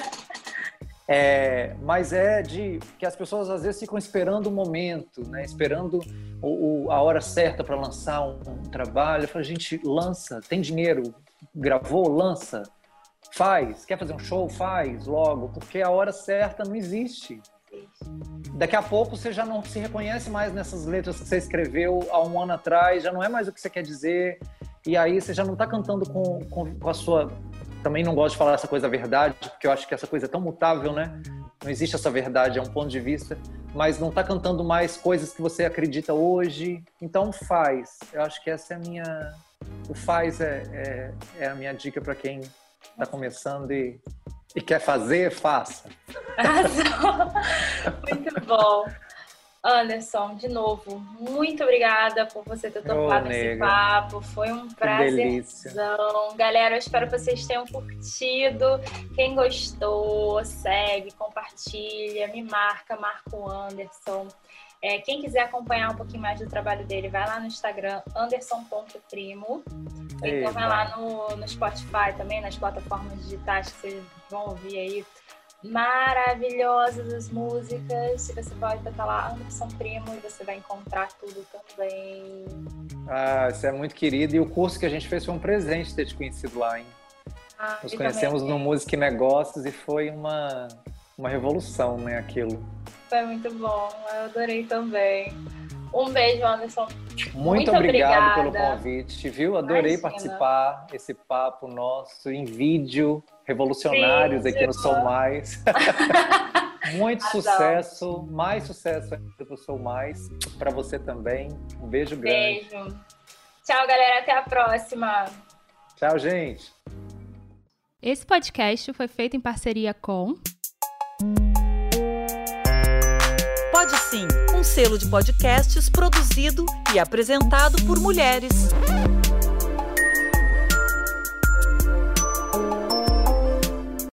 [SPEAKER 2] É, mas é de que as pessoas, às vezes, ficam esperando o momento, né? Esperando o, o, a hora certa para lançar um, um trabalho. Eu falo, gente, lança, tem dinheiro, gravou, lança. Faz, quer fazer um show? Faz logo, porque a hora certa não existe. Daqui a pouco você já não se reconhece mais nessas letras que você escreveu há um ano atrás, já não é mais o que você quer dizer, e aí você já não está cantando com, com, com a sua... Também não gosto de falar essa coisa verdade, porque eu acho que essa coisa é tão mutável, né? Não existe essa verdade, é um ponto de vista, mas não está cantando mais coisas que você acredita hoje, então faz. Eu acho que essa é a minha... O faz é, é, é a minha dica para quem está começando e, e quer fazer, faça.
[SPEAKER 1] Muito bom. Anderson, de novo, muito obrigada por você ter topado oh, esse nega. papo. Foi um prazerzão. Galera, eu espero que vocês tenham curtido. Quem gostou, segue, compartilha, me marca, marca o Anderson. É, quem quiser acompanhar um pouquinho mais do trabalho dele, vai lá no Instagram, anderson ponto primo. Então vai lá no, no Spotify também, nas plataformas digitais que vocês vão ouvir aí. Maravilhosas as músicas. E você pode botar lá Anderson Primo e você vai encontrar tudo também.
[SPEAKER 2] Ah, você é muito querido. E o curso que a gente fez foi um presente ter te conhecido lá, hein? Ah, Nos conhecemos também. no Música e Negócios e foi uma, uma revolução, né, aquilo.
[SPEAKER 1] Foi muito bom, eu adorei também. Um beijo, Anderson.
[SPEAKER 2] Muito, muito obrigado obrigada. pelo convite, viu? Adorei Imagina. participar, esse papo nosso em vídeo. revolucionários
[SPEAKER 1] Sim,
[SPEAKER 2] aqui no Sou Mais. Muito
[SPEAKER 1] Adoro.
[SPEAKER 2] sucesso, mais sucesso ainda pro Sou Mais, para você também. Um beijo grande.
[SPEAKER 1] Beijo. Tchau, galera. Até a próxima.
[SPEAKER 2] Tchau, gente.
[SPEAKER 4] Esse podcast foi feito em parceria com...
[SPEAKER 5] Pode Sim, um selo de podcasts produzido e apresentado por mulheres.